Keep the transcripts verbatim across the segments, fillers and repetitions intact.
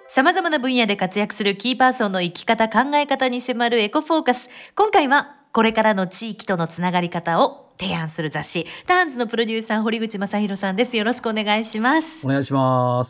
様々な分野で活躍するキーパーソンの生き方、考え方に迫るエコフォーカス。今回はこれからの地域とのつながり方を提案する雑誌ターンズのプロデューサー堀口正弘さんです。よろしくお願いします。 お願いします。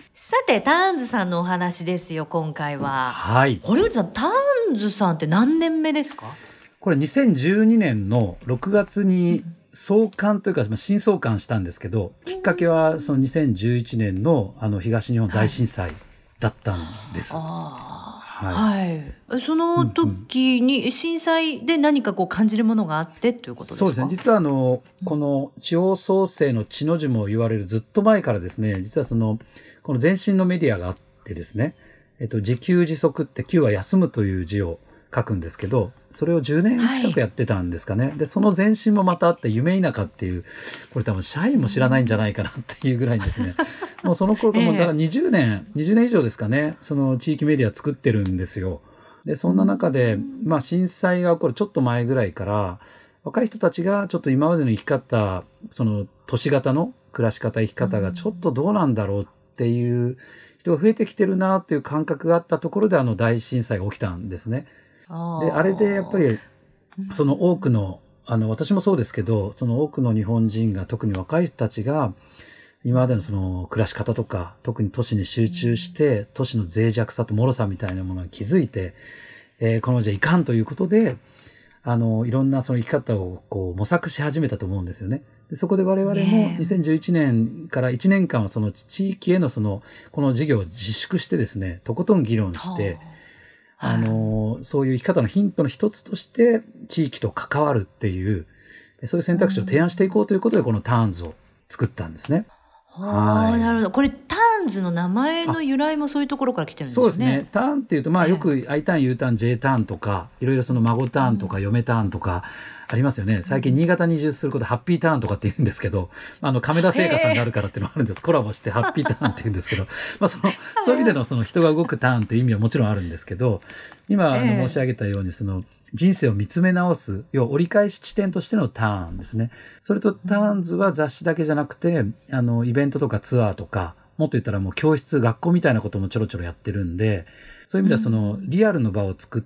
さてターンズさんのお話ですよ。今回は、 はい、 堀口さん、ターンズさんって何年目ですか？ これにせんじゅうにねんのろくがつに創刊というか新創刊したんですけど、きっかけはそのにせんじゅういちねんのあの東日本大震災だったんです。 あはい、 はい、その時に震災で何かこう感じるものがあってということですか？ そうですね。実はあのこの地方創生の地の字も言われるずっと前からですね、実はそのこの前身のメディアがあってですね、えっと、自給自足って給は休むという字を書くんですけど、それをじゅうねん近くやってたんですかね、はい、でその前身もまたあって夢田舎っていう、これ多分社員も知らないんじゃないかなっていうぐらいですねもうその頃からもうだからにじゅうねん、にじゅうねん以上ですかね、その地域メディア作ってるんですよ。でそんな中で、まあ、震災が起こるちょっと前ぐらいから若い人たちがちょっと今までの生き方、その都市型の暮らし方、生き方がちょっとどうなんだろうっていう人が増えてきてるなっていう感覚があったところで、あの大震災が起きたんですね。であれでやっぱりその多くの、あの私もそうですけど、その多くの日本人が、特に若い人たちが今までのその暮らし方とか、特に都市に集中して都市の脆弱さと脆さみたいなものに気づいて、えー、このままじゃいかんということで、あのいろんなその生き方をこう模索し始めたと思うんですよね。でそこで我々もにせんじゅういちねんからいちねんかんはその地域へのそのこの事業を自粛してですね、とことん議論して、あのそういう生き方のヒントの一つとして地域と関わるっていう、そういう選択肢を提案していこうということで、このターンズを作ったんですね。 はい、なるほど。これターンズの名前の由来もそういうところから来てるんですよね。 そうですね。ターンっていうと、まあ、よく I ターン、U ターン、J ターンとか、いろいろその孫ターンとか嫁ターンとかありますよね。最近新潟に移住することハッピーターンとかって言うんですけど、あの亀田製菓さんがあるからっていうのもあるんです。コラボしてハッピーターンって言うんですけど、まあ、そのそういう意味でのその人が動くターンという意味はもちろんあるんですけど、今あの申し上げたようにその人生を見つめ直す、要は折り返し地点としてのターンですね。それとターンズは雑誌だけじゃなくて、あのイベントとかツアーとか、もっと言ったらもう教室、学校みたいなこともちょろちょろやってるんで、そういう意味ではそのリアルの場を作って、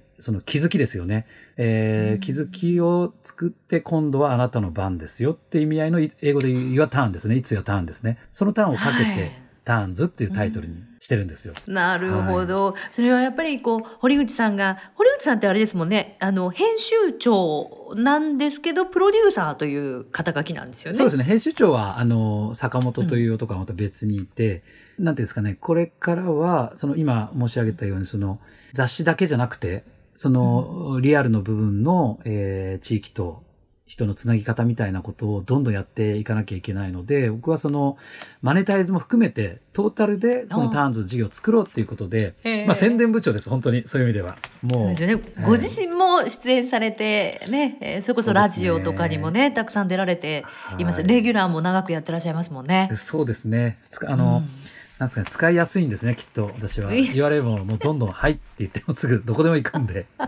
その気づきですよね、えー、気づきを作って今度はあなたの番ですよって意味合いの英語で言う Your turn ですね。いつ Your turn ですね。そのターンをかけて、はい、ターンズっていうタイトルにしてるんですよ。 うん、なるほど、はい、それはやっぱりこう堀口さんが、堀口さんってあれですもんね、あの編集長なんですけどプロデューサーという肩書きなんですよね。 そうですね。編集長はあの坂本という男がまた別にいて、うん、なんていうんですかね、これからはその今申し上げたようにその雑誌だけじゃなくて、そのリアルの部分の、えー、地域と人のつなぎ方みたいなことをどんどんやっていかなきゃいけないので、僕はそのマネタイズも含めてトータルでこのターンズ事業を作ろうっていうことで、まあ、宣伝部長です。本当にそういう意味ではもうそうですよね、えー、ご自身も出演されてね、えー、それこそラジオとかにもねたくさん出られています、はい、レギュラーも長くやってらっしゃいますもんね。 そうですね。あの、うんなんですかね、使いやすいんですね、きっと。私は言われればもうどんどんはいって言ってもすぐどこでも行くんで、はい、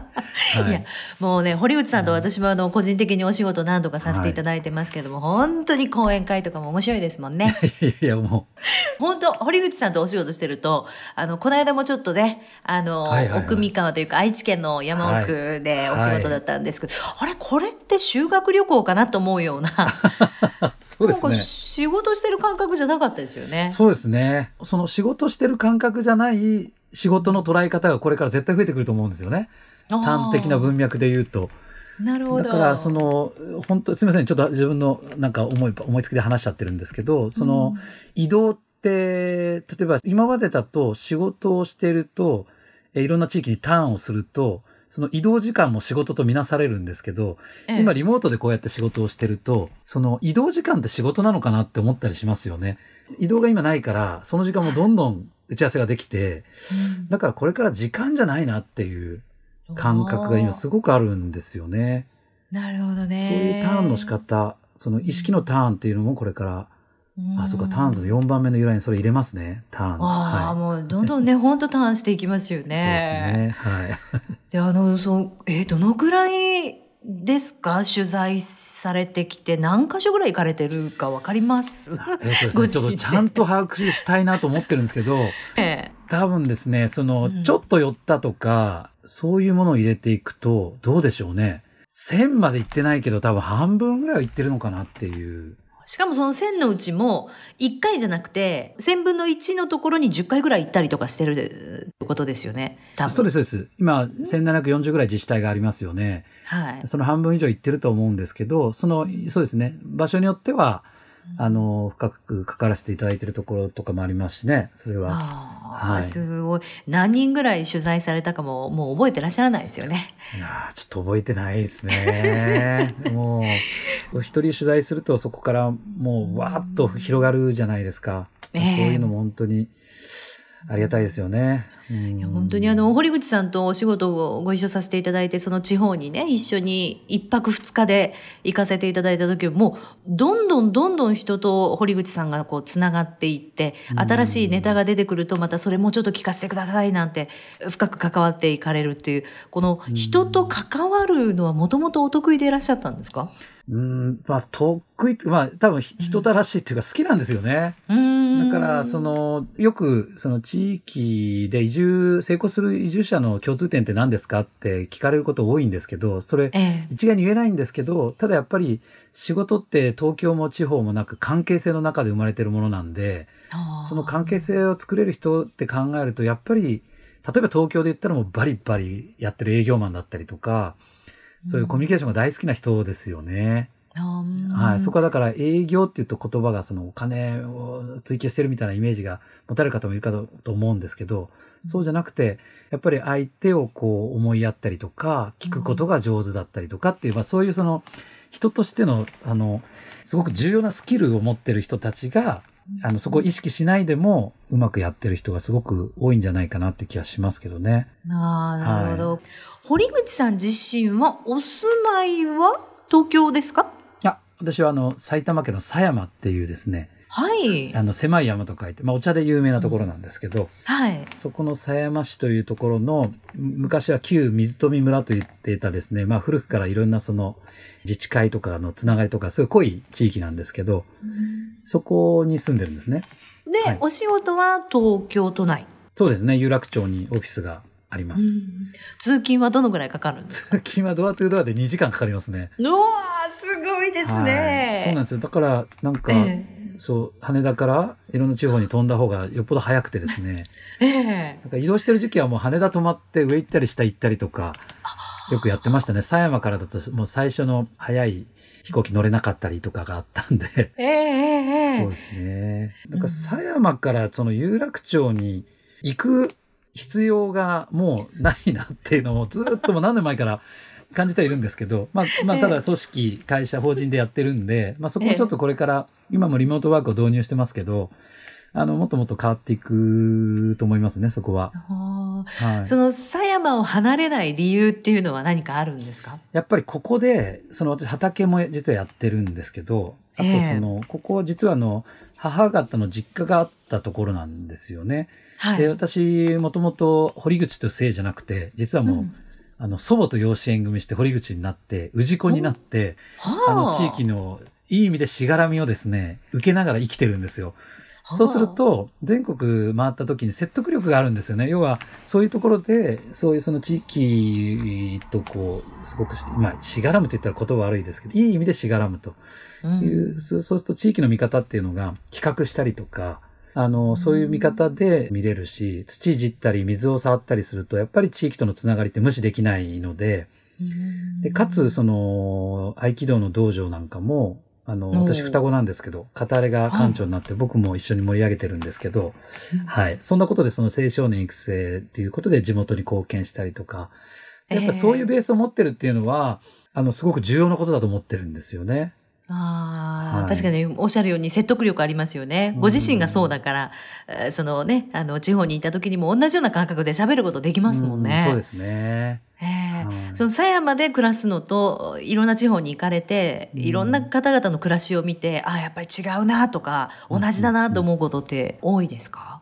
いやもうね、堀口さんと私もあの個人的にお仕事何度かさせていただいてますけども、はい、本当に講演会とかも面白いですもんね。 いやいやもう本当堀口さんとお仕事してると、あのこの間もちょっとね、あの、はいはいはい、奥三河というか愛知県の山奥でお仕事だったんですけど、はいはい、あれこれって修学旅行かなと思うようなそうですね、 なんか仕事してる感覚じゃなかったですよね。 そうですね。その仕事してる感覚じゃない仕事の捉え方がこれから絶対増えてくると思うんですよね。単図的な文脈で言うと。 なるほど。 だからその本当すみません、ちょっと自分のなんか思い思いつきで話しちゃってるんですけど、その移動って例えば今までだと仕事をしているとえいろんな地域にターンをするとその移動時間も仕事とみなされるんですけど、ええ、今リモートでこうやって仕事をしてるとその移動時間って仕事なのかなって思ったりしますよね。移動が今ないからその時間もどんどん打ち合わせができて、うん、だからこれから時間じゃないなっていう感覚が今すごくあるんですよね。 なるほどね。 そういうターンの仕方、その意識のターンっていうのもこれから、うん、あ、そうか、ターンズのよんばんめの由来にそれ入れますね、ターン。 あ、はい、もうどんどんね本当ターンしていきますよね。 そうですね、はい。 であのそうえー、どのくらいですか？取材されてきて何箇所ぐらい行かれてるか分かります？ えっとですね、ちょっご自身でとちゃんと把握したいなと思ってるんですけど、 ええ多分ですね、その、 うんちょっと寄ったとか、そういうものを入れていくと、どうでしょうね。せんまで行ってないけど、多分半分ぐらいは行ってるのかなっていう。 しかもそのせんのうちもいっかいじゃなくてせんぶんのいちのところにじゅっかいぐらい行ったりとかしてるってことですよね、多分。 そうです、そうです。今、せんななひゃくよんじゅうぐらい自治体がありますよね。 はい。 その半分以上行ってると思うんですけど、その、そうですね、場所によっては、あの、深くかからせていただいているところとかもありますしね、それは。 ああ、 はい。 すごい。何人ぐらい取材されたかももう覚えてらっしゃらないですよね。 いやー、ちょっと覚えてないですね。もう、一人取材するとそこからもうわーっと広がるじゃないですか。 ええそういうのも本当にありがたいですよね。うんいや本当にあの堀口さんとお仕事をご一緒させていただいて、その地方にね一緒に一泊二日で行かせていただいた時はもうどんどんどんどん人と堀口さんがこうつながっていって、新しいネタが出てくるとまたそれもうちょっと聞かせてくださいなんて深く関わっていかれるっていう、この人と関わるのはもともとお得意でいらっしゃったんですか？ うん、まあ得意って、まあ多分ひ人たらしいっていうか好きなんですよね。 うーんだから、その、よく、その地域で移住、成功する移住者の共通点って何ですかって聞かれること多いんですけど、それ、 ええ一概に言えないんですけど、ただやっぱり仕事って東京も地方もなく関係性の中で生まれてるものなんで、 あーその関係性を作れる人って考えると、やっぱり、例えば東京で言ったらもうバリバリやってる営業マンだったりとか、そういうコミュニケーションが大好きな人ですよね。 あーはい。そこはだから営業っていうと言葉がそのお金を追求してるみたいなイメージが持たれる方もいるかと思うんですけど、そうじゃなくて、やっぱり相手をこう思いやったりとか、聞くことが上手だったりとかっていう、まあそういうその人としての、あの、すごく重要なスキルを持ってる人たちが、あの、そこを意識しないでもうまくやってる人がすごく多いんじゃないかなって気がしますけどね。 あーなるほど、 は堀口さん自身はお住まいは東京ですか？ あ、私はあの、埼玉県の狭山っていうですね、 はいあの、狭い山と書いて、まあお茶で有名なところなんですけど、 はいそこの狭山市というところの、昔は旧水富村と言っていたですね、まあ古くからいろんなその自治会とかのつながりとか、すごい濃い地域なんですけど、そこに住んでるんですね。 で、 はいお仕事は東京都内。 そうですね、有楽町にオフィスがあります。 通勤はどのぐらいかかるんですか？ 通勤はドアトゥードアでにじかんかかりますね。 うわーすごいですはい。 ね。 そうなんですよ。だから、なんか、 えそう、羽田からいろんな地方に飛んだ方がよっぽど早くてですね、 ええなんか移動してる時期はもう羽田止まって上行ったり下行ったりとか、よくやってましたね。狭山からだともう最初の早い飛行機乗れなかったりとかがあったんで。 ええええそうですね。なんか狭山からその有楽町に行く必要がもうないなっていうのをずっともう何年前から感じてはいるんですけど、まあ、まあ、ただ組織、会社、法人でやってるんで、まあそこをちょっとこれから、今もリモートワークを導入してますけど、あの、もっともっと変わっていくと思いますね、そこは。 あーはい。 その狭山を離れない理由っていうのは何かあるんですか？ やっぱりここで、その私畑も実はやってるんですけど、あとその、ここは実はあの、母方の実家があったところなんですよね。 はい。 で、私、もともと堀口という姓じゃなくて、実はもう、 うんあの、祖母と養子縁組して堀口になって、氏子になって、 はあの、地域のいい意味でしがらみをですね、受けながら生きてるんですよ。 はあそうすると、全国回った時に説得力があるんですよね。要は、そういうところで、そういうその地域とこう、すごく、まあ、しがらむと言ったら言葉悪いですけど、いい意味でしがらむという、 うんそうそうすると地域の見方っていうのが、比較したりとか、あの、そういう見方で見れるし、土いじったり水を触ったりすると、やっぱり地域とのつながりって無視できないので、で、かつ、その、合気道の道場なんかも、あの、 おー私双子なんですけど、片荒れが館長になって僕も一緒に盛り上げてるんですけど、はい。そんなことでその青少年育成っていうことで地元に貢献したりとか、やっぱそういうベースを持ってるっていうのは、あの、すごく重要なことだと思ってるんですよね。 ああ、 はい確かにおっしゃるように説得力ありますよね。ご自身がそうだから、えーそのね、あの、地方にいた時にも同じような感覚で喋ることできますもんね。 うんそうですね。 ええはいその狭山で暮らすのといろんな地方に行かれて、 うんいろんな方々の暮らしを見て、ああやっぱり違うなとか同じだなと思うことって多いですか？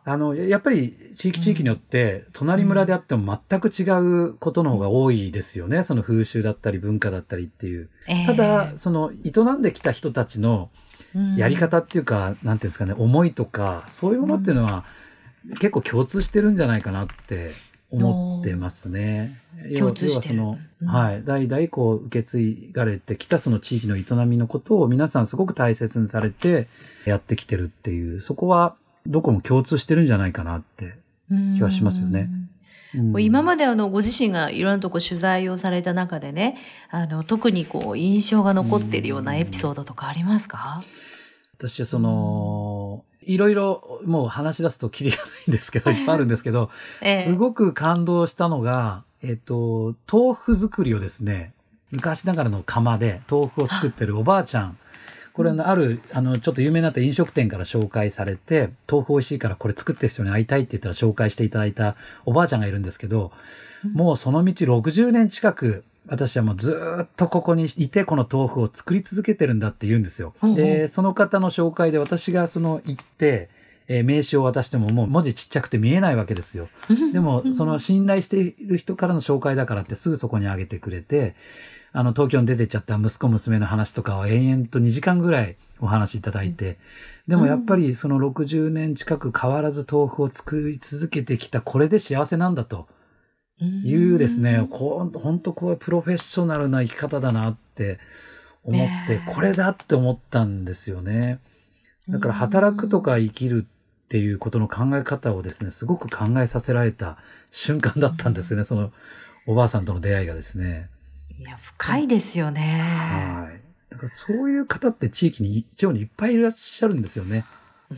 あの、やっぱり地域地域によって、隣村であっても全く違うことの方が多いですよね。うん、その風習だったり文化だったりっていう。えー、ただ、その営んできた人たちのやり方っていうか、うん、なんていうんですかね、思いとか、そういうものっていうのは、結構共通してるんじゃないかなって思ってますね。 共通してる。 要はその、うん、はい。代々こう受け継がれてきたその地域の営みのことを皆さんすごく大切にされてやってきてるっていう、そこはどこも共通してるんじゃないかなって気はしますよね。 うん、今まであのご自身がいろんなとこ取材をされた中でね、あの特にこう印象が残っているようなエピソードとかありますか？ 私はその、いろいろもう話し出すとキリがないんですけど、いっぱいあるんですけど、ええ、すごく感動したのが、えっと、豆腐作りをですね、昔ながらの釜で豆腐を作ってるおばあちゃん、これある、あの、ちょっと有名になった飲食店から紹介されて、豆腐美味しいからこれ作ってる人に会いたいって言ったら紹介していただいたおばあちゃんがいるんですけど、もうその道ろくじゅうねん近く、私はもうずっとここにいてこの豆腐を作り続けてるんだって言うんですよ。で、その方の紹介で私がその行って、えー、名刺を渡してももう文字ちっちゃくて見えないわけですよ。でもその信頼している人からの紹介だからってすぐそこにあげてくれて、あの東京に出てっちゃった息子娘の話とかを延々とにじかんぐらいお話しいただいて、でもやっぱりそのろくじゅうねん近く変わらず豆腐を作り続けてきたこれで幸せなんだというですね、こう本当こうプロフェッショナルな生き方だなって思って、これだって思ったんですよね。だから働くとか生きるっていうことの考え方をですね、すごく考えさせられた瞬間だったんですね、そのおばあさんとの出会いがですね。 いや、深いですよね。 はい。だからそういう方って地域に一応にいっぱいいらっしゃるんですよね。うん、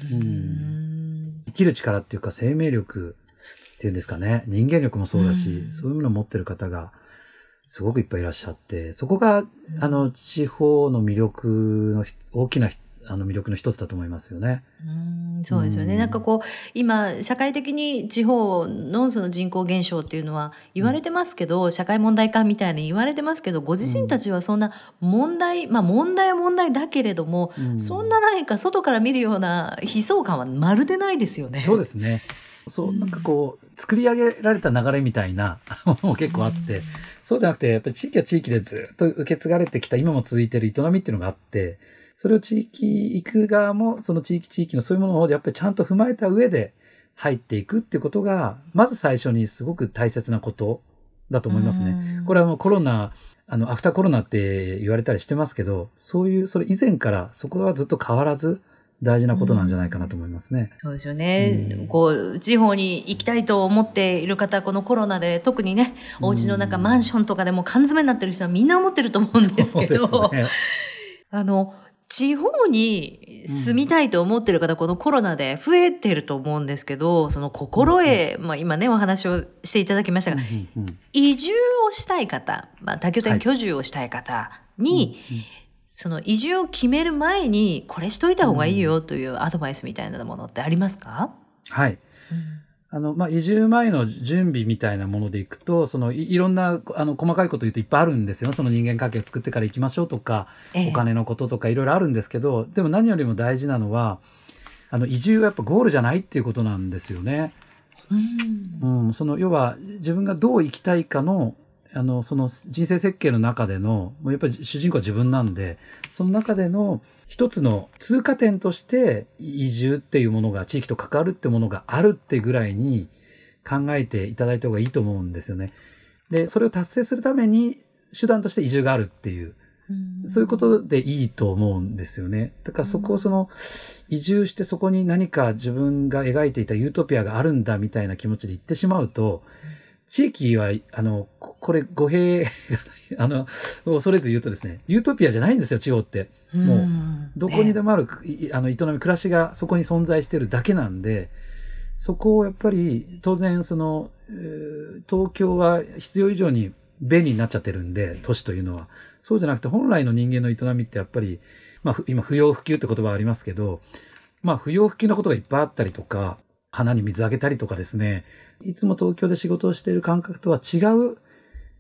生きる力っていうか生命力っていうんですかね。人間力もそうだし、そういうものを持ってる方がすごくいっぱいいらっしゃって、そこが、あの、地方の魅力の大きなあの魅力の一つだと思いますよね。 うん、そうですよね。なんかこう今社会的に地方のその人口減少っていうのは言われてますけど、うん、社会問題化みたいに言われてますけど、ご自身たちはそんな問題、うん、まあ問題は問題だけれども、うん、そんな何か外から見るような悲壮感はまるでないですよね。 そうですね。そう、なんかこう作り上げられた流れみたいなものも結構あって、うん、そうじゃなくてやっぱり地域は地域でずっと受け継がれてきた今も続いている営みっていうのがあって、それを地域行く側もその地域地域のそういうものをやっぱりちゃんと踏まえた上で入っていくっていうことがまず最初にすごく大切なことだと思いますね。これはもうコロナ、あのアフターコロナって言われたりしてますけど、そういうそれ以前からそこはずっと変わらず大事なことなんじゃないかなと思いますね。 うん、そうですよね、うん、こう地方に行きたいと思っている方、このコロナで特にね、お家の中、うん、マンションとかでも缶詰になってる人はみんな思ってると思うんですけど、そうですね、あの地方に住みたいと思ってる方、うん、このコロナで増えてると思うんですけど、その心得、うん、まあ、今ねお話をしていただきましたが、うんうんうん、移住をしたい方、まあ、多拠点居住をしたい方に、はいうんうん、その移住を決める前にこれしといた方がいいよというアドバイスみたいなものってありますか？ はい、うん、あの、まあ、移住前の準備みたいなものでいくと、その い, いろんなあの細かいこと言うといっぱいあるんですよ。その人間関係を作ってから行きましょうとか、ええ、お金のこととかいろいろあるんですけど、でも何よりも大事なのは、あの移住はやっぱゴールじゃないっていうことなんですよね。うん、うん、その要は自分がどう生きたいかのあのその人生設計の中での、やっぱり主人公は自分なんで、その中での一つの通過点として移住っていうものが、地域と関わるっていうものがあるってぐらいに考えていただいた方がいいと思うんですよね。で、それを達成するために手段として移住があるっていう、うん、そういうことでいいと思うんですよね。だからそこをその移住してそこに何か自分が描いていたユートピアがあるんだみたいな気持ちで行ってしまうと、地域は、あの、これ語弊あの、恐れず言うとですね、ユートピアじゃないんですよ、地方って。もう、どこにでもある、ね、あの、営み、暮らしがそこに存在しているだけなんで、そこをやっぱり、当然、その、東京は必要以上に便利になっちゃってるんで、都市というのは。そうじゃなくて、本来の人間の営みってやっぱり、まあ、今、不要不急って言葉はありますけど、まあ、不要不急のことがいっぱいあったりとか、花に水あげたりとかですね、いつも東京で仕事をしている感覚とは違う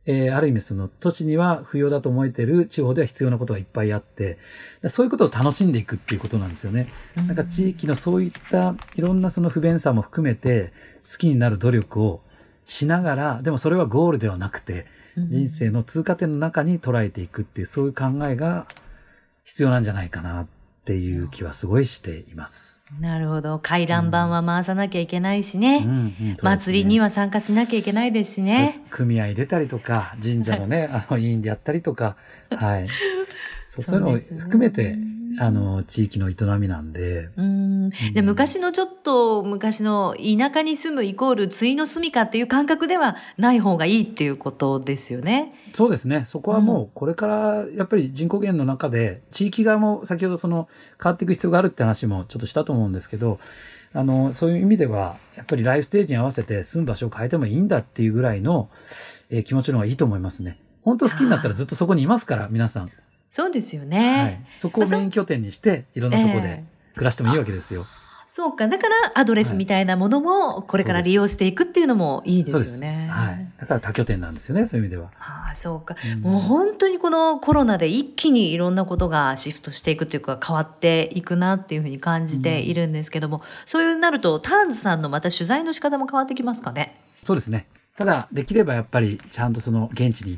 えーある意味その土地には不要だと思えてる地方では必要なことがいっぱいあって、だそういうことを楽しんでいくっていうことなんですよね。なんか地域のそういったいろんなその不便さも含めて好きになる努力をしながら、でもそれはゴールではなくて、人生の通過点の中に捉えていくっていう、そういう考えが必要なんじゃないかなっていう気はすごいしています。 なるほど。回覧板は回さなきゃいけないしね。 うんうんそうですね祭りには参加しなきゃいけないですしそうね。 です組合出たりとか、神社のね、あの委員でやったりとか、はい。そうそういうのを含めて、あの、地域の営みなんで。 うんで昔のちょっと昔の田舎に住むイコール対の住みかっていう感覚ではない方がいいっていうことですよね。 そうですね。そこはもうこれからやっぱり人口減の中で地域側も先ほどその変わっていく必要があるって話もちょっとしたと思うんですけど、あのそういう意味ではやっぱりライフステージに合わせて住む場所を変えてもいいんだっていうぐらいの、えー気持ちの方がいいと思いますね。本当好きになったらずっとそこにいますから皆さん。 そうですよはね。 い、そこをメイン拠点にしていろんなところで暮らしてもいいわけですよ。 そうか。だからアドレスみたいなものもこれから利用していくっていうのもいいですよね。 そうです。はい。だから多拠点なんですよね、そういう意味では。 ああ、そうか、 うんもう本当にこのコロナで一気にいろんなことがシフトしていくというか変わっていくなっていうふうに感じているんですけども、そういうなるとターンズさんのまた取材の仕方も変わってきますかね。 そうですね。ただ、できればやっぱりちゃんとその現地に行って、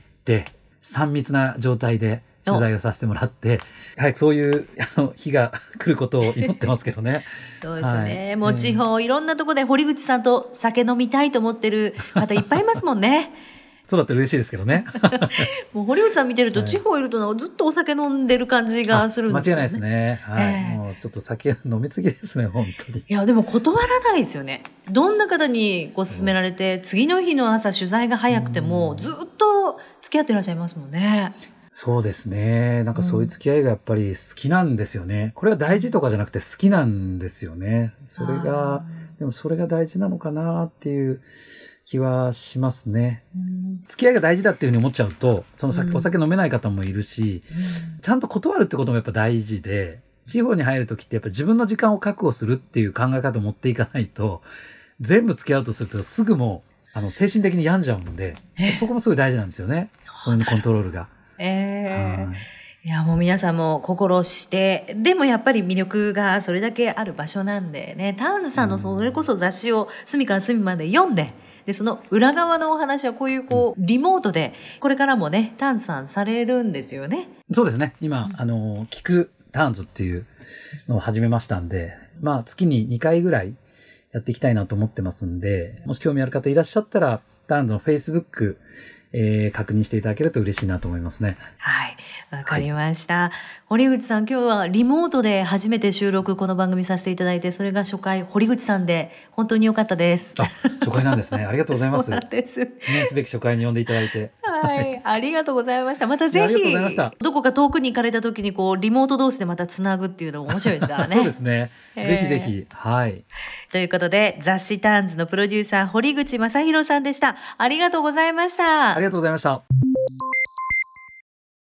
さん密な状態で取材をさせてもらって、はい、そういうあの日が来ることを祈ってますけどね。 そうですよね、 はいもう地方、いろんなところで堀口さんと酒飲みたいと思ってる方いっぱいいますもんね。 そうだったら嬉しいですけどね。 もう堀口さん見てると、 はい地方いるとなんかずっとお酒飲んでる感じがするんですよね。 間違いないですね。はい、 ええもうちょっと酒飲みすぎですね、本当に。 いやでも断らないですよね。どんな方にご勧められて次の日の朝取材が早くてもずっと付き合ってらっしゃいますもんね。 そうですね。なんかそういう付き合いがやっぱり好きなんですよね。これは大事とかじゃなくて好きなんですよね。それが、でもそれが大事なのかなっていう気はしますね。 うん付き合いが大事だっていうふうに思っちゃうと、その酒、 うんお酒飲めない方もいるし、ちゃんと断るってこともやっぱ大事で、地方に入るときってやっぱ自分の時間を確保するっていう考え方を持っていかないと、全部付き合うとするとすぐもう、あの、精神的に病んじゃうんで、そこもすごい大事なんですよね。そういうコントロールが。 ええはいいやもう皆さんも心してでもやっぱり魅力がそれだけある場所なんでね、タウンズさんのそれこそ雑誌を隅から隅まで読んで、でその裏側のお話はこういうこうリモートでこれからもねタウンズさんされるんですよね。 そうですね。今、あの、聞くターンズっていうのを始めましたんで、まあ月ににかいぐらいやっていきたいなと思ってますんで、もし興味ある方いらっしゃったら、ターンズの Facebook、えー確認していただけると嬉しいなと思いますね。 はいわかりました、堀口さん今日はリモートで初めて収録この番組させていただいて、それが初回堀口さんで本当に良かったです。 あ、初回なんですね。ありがとうございます。 そうなんです記念すべき初回に呼んでいただいて。 はい、ありがとうございました。またいやありがとうぜひございましたどこか遠くに行かれた時にこうリモート同士でまたつなぐっていうのも面白いですからね。 そうですね。 えーぜひぜひ。はい。 ということで雑誌ターンズのプロデューサー堀口正弘さんでした。ありがとうございました。 ありがとうございました。